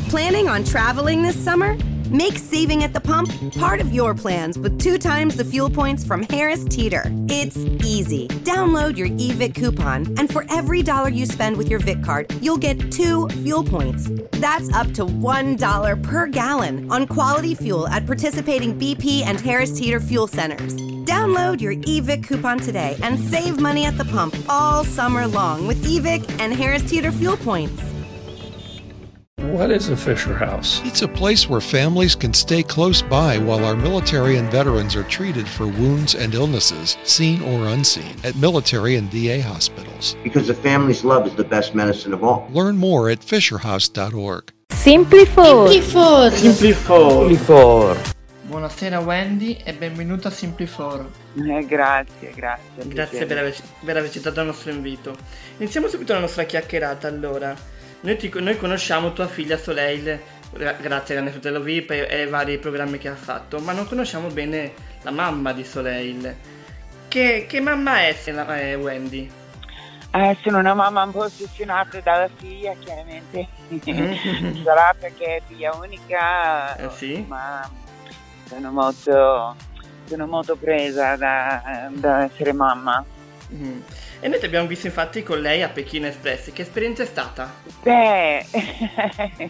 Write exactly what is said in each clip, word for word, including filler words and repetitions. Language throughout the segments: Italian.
Planning on traveling this summer? Make saving at the pump part of your plans with two times the fuel points from Harris Teeter. It's easy. Download your eVic coupon, and for every dollar you spend with your Vic card, you'll get two fuel points. That's up to one dollar per gallon on quality fuel at participating B P and Harris Teeter fuel centers. Download your eVic coupon today and save money at the pump all summer long with eVic and Harris Teeter fuel points. What is a Fisher House? It's a place where families can stay close by while our military and veterans are treated for wounds and illnesses, seen or unseen, at military and V A hospitals. Because the family's love is the best medicine of all. Learn more at fisher house dot org. Simplifor. Simplifor. Simplifor. Simplifor. Buonasera Wendy e benvenuto a Simplifor. Eh, grazie, grazie. Grazie per, aver, per aver accettato il nostro invito. Iniziamo subito la nostra chiacchierata allora. Noi, ti, noi conosciamo tua figlia Soleil grazie a Grande Fratello V I P e ai vari programmi che ha fatto, ma non conosciamo bene la mamma di Soleil. Che, che mamma è, è Wendy? Eh, sono una mamma un po' ossessionata dalla figlia, chiaramente. Mm. Sarà perché è figlia unica, eh, sì. Ma sono molto, sono molto presa da, da essere mamma. Mm. E noi ti abbiamo visto infatti con lei a Pechino Express. Che esperienza è stata? Beh, eh.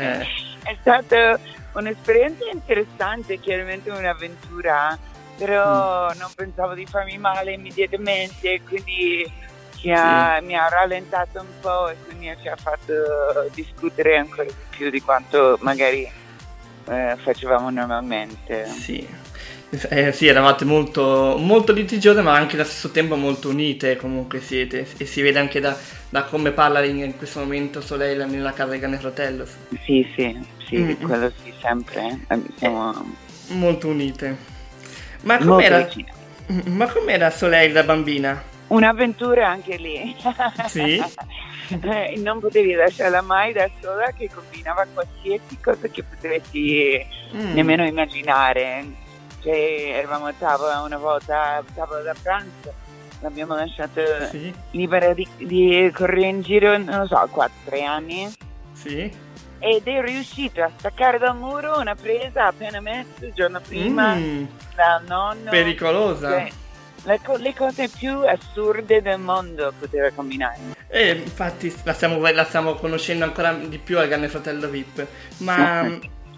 è stata un'esperienza interessante, chiaramente un'avventura, però mm. non pensavo di farmi male immediatamente, quindi mi ha, sì. mi ha rallentato un po' e quindi ci ha fatto discutere ancora di più di quanto magari eh, facevamo normalmente. Sì. Eh, sì, eravate molto, molto litigiose, ma anche allo stesso tempo molto unite, comunque siete, e si vede anche da, da come parla in, in questo momento Soleil nella casa del Grande Fratello. Sì, sì, sì, mm-hmm. quello sì, sempre. Eh, siamo eh, molto unite. Ma com'era, ma com'era Soleil da bambina? Un'avventura anche lì. Sì? eh, non potevi lasciarla mai da sola, che combinava qualsiasi cosa che potessi mm. nemmeno immaginare. Cioè, eravamo a tavola una volta, a tavola da pranzo, l'abbiamo lasciato sì. libera di, di correre in giro, non lo so, quattro tre anni. Sì. Ed è riuscito a staccare dal muro una presa appena messa il giorno prima mm. dal nonno. Pericolosa. Cioè, le, le cose più assurde del mondo poteva combinare. E infatti la stiamo, la stiamo conoscendo ancora di più al Grande Fratello V I P, ma...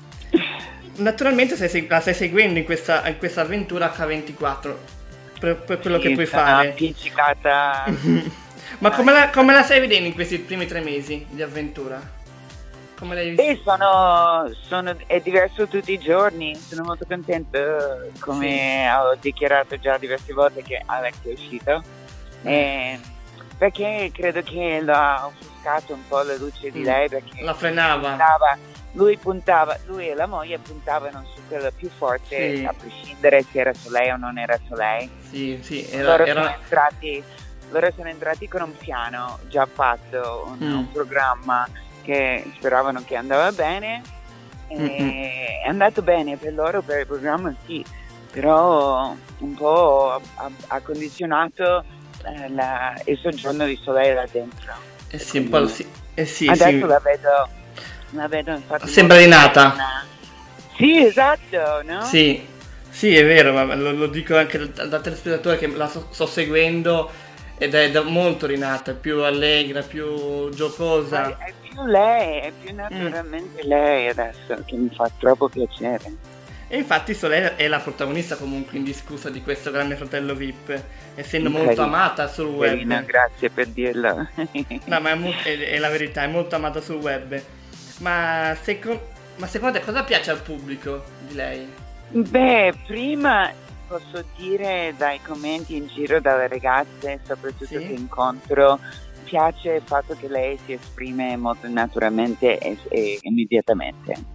Naturalmente sei, la stai seguendo in questa, in questa avventura acca ventiquattro per, per quello sì, che puoi fare. Appiccicata. Ma come la, come la stai vedendo in questi primi tre mesi di avventura? Come l'hai eh, sono, sono, è diverso tutti i giorni, sono molto contento, come sì. ho dichiarato già diverse volte che Alex è uscito, eh, perché credo che l'ha offuscato un po' la luce di lei, perché la frenava. Puntava, lui puntava, lui e la moglie puntavano su quello più forte, sì. a prescindere se era Soleil o non era Soleil. Sì, sì, era, loro, era... Sono entrati, loro sono entrati con un piano già fatto, un, mm. un programma che speravano che andava bene, e mm-hmm. è andato bene per loro, per il programma sì, però un po' ha, ha condizionato eh, la, il soggiorno di Soleil là dentro. Eh sì, un po' sì. Eh sì, adesso sì. la vedo, la vedo infatti sembra rinata. Una... Sì, esatto, no? Sì, sì, è vero, ma lo, lo dico anche da, da telespettatore che la sto, sto seguendo ed è da molto rinata, più allegra, più giocosa. È, è più lei, è più naturalmente mm. lei adesso, che mi fa troppo piacere. E infatti Soleil è la protagonista comunque indiscussa di questo Grande Fratello V I P, essendo Carina. molto amata sul web. Carina, grazie per dirlo. No, ma è, mo- è, è la verità, è molto amata sul web. Ma, seco- ma secondo te cosa piace al pubblico di lei? Beh, prima posso dire dai commenti in giro dalle ragazze, soprattutto sì? che incontro, piace il fatto che lei si esprime molto naturalmente e, e immediatamente,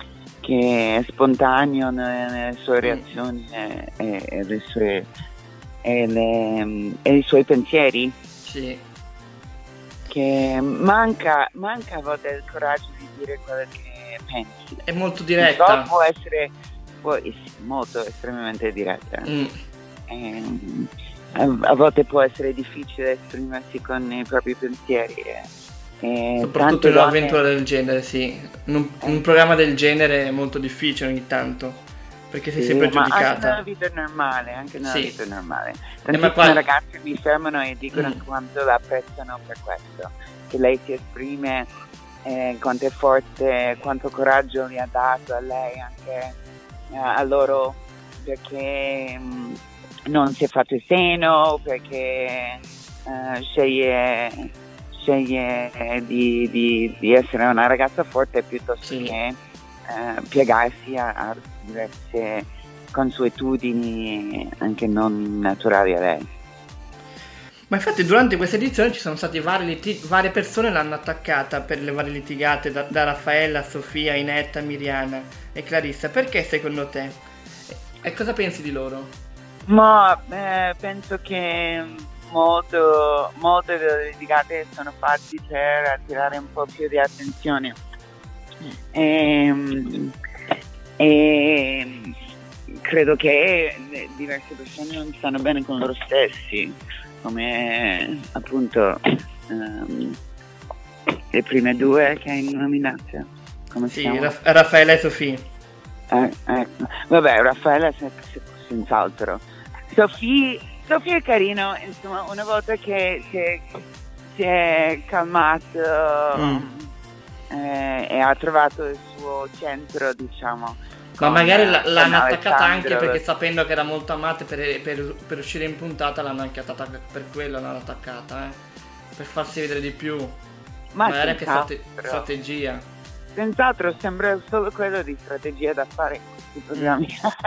che è spontaneo nelle sue reazioni mm. e, e, e, le sue, e, le, e i suoi pensieri. Sì. Che manca, manca a volte il coraggio di dire quello che pensi. È molto diretta. So, può essere può, molto estremamente diretta. Mm. E, a, a volte può essere difficile esprimersi con i propri pensieri. E, e soprattutto in un'avventura del genere, sì. in un, in un programma del genere è molto difficile ogni tanto, perché sei sì, sempre ma giudicata. anche nella vita normale, anche nella Sì. vita normale. Eh, Tantissime ma qua- ragazze mi fermano e dicono Mm. quanto la apprezzano per questo, che lei si esprime, eh, quanto è forte, quanto coraggio gli ha dato a lei, anche eh, a loro, perché mh, non si è fatto il seno, perché eh, sceglie, sceglie di, di, di essere una ragazza forte piuttosto Sì. che eh, piegarsi a, a diverse consuetudini anche non naturali a lei. Ma infatti durante questa edizione ci sono stati vari liti- varie persone l'hanno attaccata per le varie litigate, da, da Raffaella, Sofia, Inetta, Miriana e Clarissa. Perché secondo te? E, e cosa pensi di loro? Ma eh, penso che molto, molte delle litigate sono fatte per attirare un po' più di attenzione. E, e credo che diverse persone non stanno bene con loro stessi, come appunto ehm, le prime due che hai nominato. Come si Sì, chiama? Raff- Raffaella e Sofia. Eh, ecco. Vabbè, Raffaella se- se- senz'altro. Sofì, Sofì è carino, insomma, una volta che si è, si è calmato Mm. eh, e ha trovato il suo centro, diciamo. Ma con, magari la- con l'hanno attaccata anche Alessandro. perché sapendo che era molto amata per, per, per uscire in puntata l'hanno anche attaccata per quello, l'hanno attaccata, eh. Per farsi vedere di più. Ma magari anche strate- senz'altro. strategia. Senz'altro sembra solo quello di strategia da fare in questi programmi.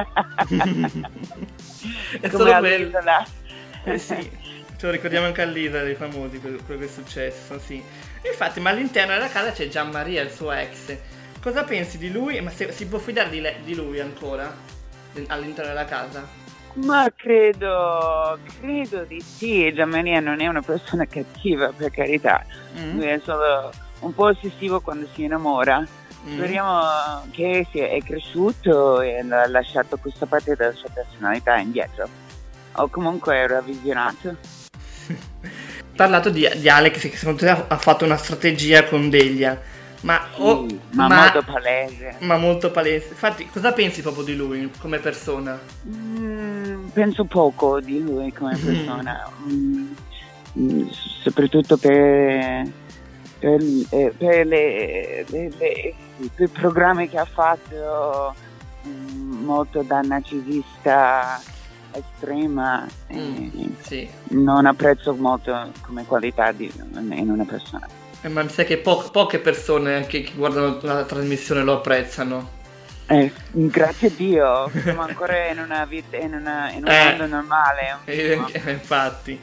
È Come solo quello. all'isola. Eh sì, ce lo ricordiamo anche all'Isa dei famosi, quello, quello che è successo, sì. Infatti, ma all'interno della casa c'è Gianmaria, il suo ex. Cosa pensi di lui? Ma se, si può fidare di, le- di lui ancora? All'interno della casa? Ma credo, credo di sì. Gianmaria non è una persona cattiva, per carità. Mm. Lui è solo un po' ossessivo quando si innamora. Mm. Speriamo che si è cresciuto e ha lasciato questa parte della sua personalità indietro. O comunque è ravvisionato. Parlato di, di Alex che secondo te ha, ha fatto una strategia con Delia. Ma, Sì, oh, ma, molto palese. ma molto palese. Infatti, cosa pensi proprio di lui come persona? Mm, penso poco di lui come persona. Mm, mm, soprattutto per, per, eh, per le, le, le, i programmi che ha fatto, mm, molto da narcisista estrema. Mm, e sì. non apprezzo molto come qualità di, in una persona. Eh, ma mi sa che po- poche persone anche che guardano la trasmissione lo apprezzano. Eh, grazie a Dio, siamo ancora in una vita, in, una, in un Eh. mondo normale. Eh, infatti.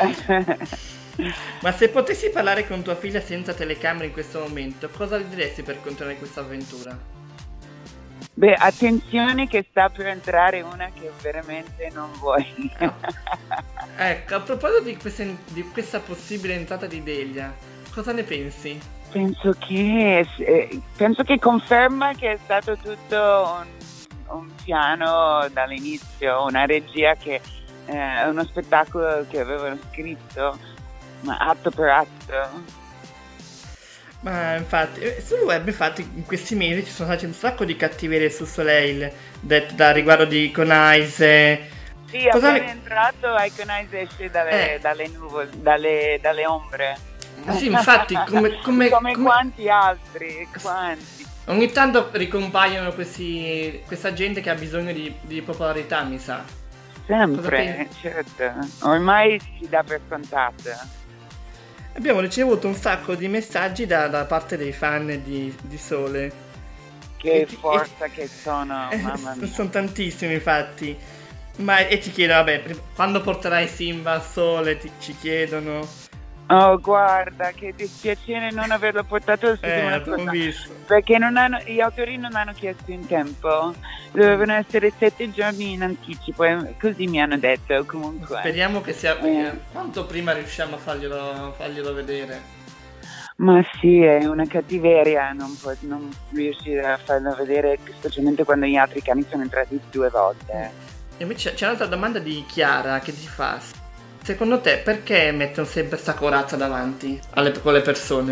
Ma se potessi parlare con tua figlia senza telecamere in questo momento, cosa le diresti per continuare questa avventura? Beh, attenzione che sta per entrare una che veramente non vuoi. Ecco, a proposito di, queste- di questa possibile entrata di Delia, cosa ne pensi? penso che eh, penso che conferma che è stato tutto un, un piano dall'inizio, una regia che eh, è uno spettacolo che avevano scritto, ma atto per atto. Ma infatti, eh, sul web infatti in questi mesi ci sono stati un sacco di cattiverie su Soleil, detto da riguardo di Conaise. Sì, Cosa appena ne- entrato Iconize esce dalle, Eh. dalle nuvole, dalle, dalle ombre. Ma sì, infatti, come, come, come, come- quanti altri, quanti. ogni tanto ricompaiono questi, questa gente che ha bisogno di, di popolarità, mi sa. Sempre, certo. Ormai si dà per scontato. Abbiamo ricevuto un sacco di messaggi da, da parte dei fan di, di Sole. Che E ti- forza che sono, mamma mia. Sono tantissimi, infatti. Ma e ti chiedo, vabbè, quando porterai Simba a Sole? Ti, ci chiedono. Oh, guarda, che dispiacere non averlo portato la Eh, settimana abbiamo scorsa. visto. Perché non hanno, gli autori non hanno chiesto in tempo. Dovevano essere sette giorni in anticipo, e così mi hanno detto comunque. Speriamo che sia. Eh. Quanto prima riusciamo a farglielo, farglielo vedere. Ma sì, è una cattiveria non, può, non riuscire a farlo vedere, specialmente quando gli altri cani sono entrati due volte. E invece c'è un'altra domanda di Chiara che ti fa. Secondo te perché mettono sempre sta corazza davanti alle, con le persone?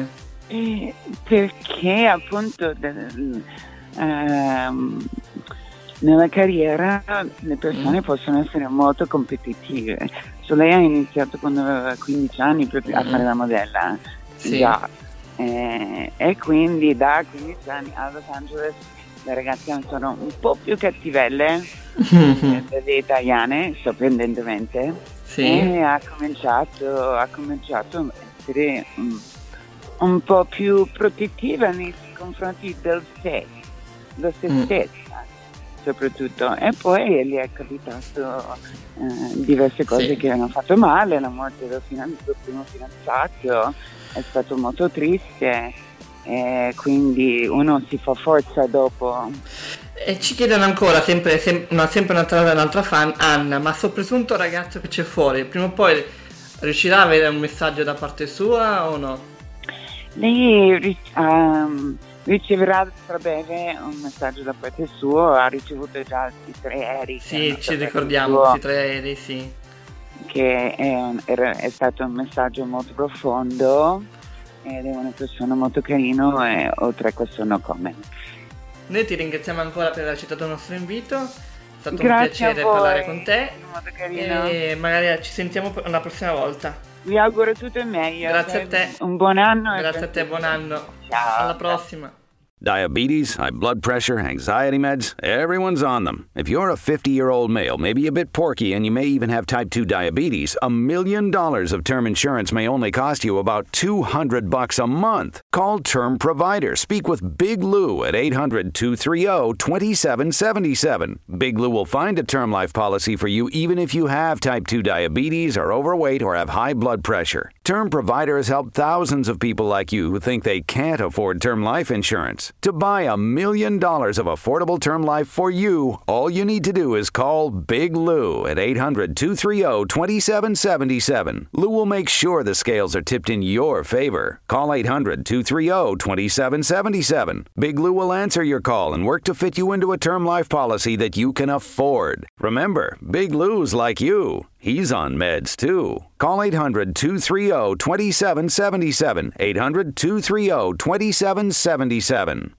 Eh, perché appunto del, ehm, nella carriera le persone mm. possono essere molto competitive. So, lei ha iniziato quando aveva quindici anni mm. a fare la modella, sì. già, eh, e quindi da quindici anni a Los Angeles le ragazze sono un po' più cattivelle mm-hmm. delle italiane, sorprendentemente, sì. e ha cominciato, ha cominciato a essere um, un po' più protettiva nei confronti del sé, da se mm. stessa soprattutto, e poi gli è capitato eh, diverse cose sì. che hanno fatto male, la morte del, finan- del primo fidanzato è stato molto triste, e quindi uno si fa forza dopo. E ci chiedono ancora, sempre, sem- no, sempre un'altra, un'altra fan, Anna, ma sto presunto ragazzo che c'è fuori, prima o poi riuscirà a avere un messaggio da parte sua o no? Lei um, riceverà tra breve un messaggio da parte sua, ha ricevuto già i tre aerei. Sì, ci ricordiamo, questi tre aerei, sì. Che è, un, è stato un messaggio molto profondo ed è una persona molto carina, e oltre a questo no comment. Noi ti ringraziamo ancora per aver accettato il nostro invito, è stato Grazie un piacere parlare con te molto carino. E magari ci sentiamo la prossima volta. Vi auguro tutto il meglio. Grazie a te. Un buon anno. Grazie a te, buon anno. Ciao. Alla prossima. Diabetes, high blood pressure, anxiety meds, everyone's on them. If you're a fifty-year-old male, maybe a bit porky, and you may even have type two diabetes, a million dollars of term insurance may only cost you about two hundred bucks a month. Call Term Provider. Speak with Big Lou at eight hundred, two three zero, two seven seven seven. Big Lou will find a term life policy for you even if you have type two diabetes, are overweight, or have high blood pressure. Term Provider has helped thousands of people like you who think they can't afford term life insurance. To buy a million dollars of affordable term life for you, all you need to do is call Big Lou at eight hundred, two three zero, two seven seven seven. Lou will make sure the scales are tipped in your favor. Call eight hundred, two three zero, two seven seven seven. Big Lou will answer your call and work to fit you into a term life policy that you can afford. Remember, Big Lou's like you. He's on meds, too. Call eight hundred, two three zero, two seven seven seven. eight hundred, two three zero, two seven seven seven.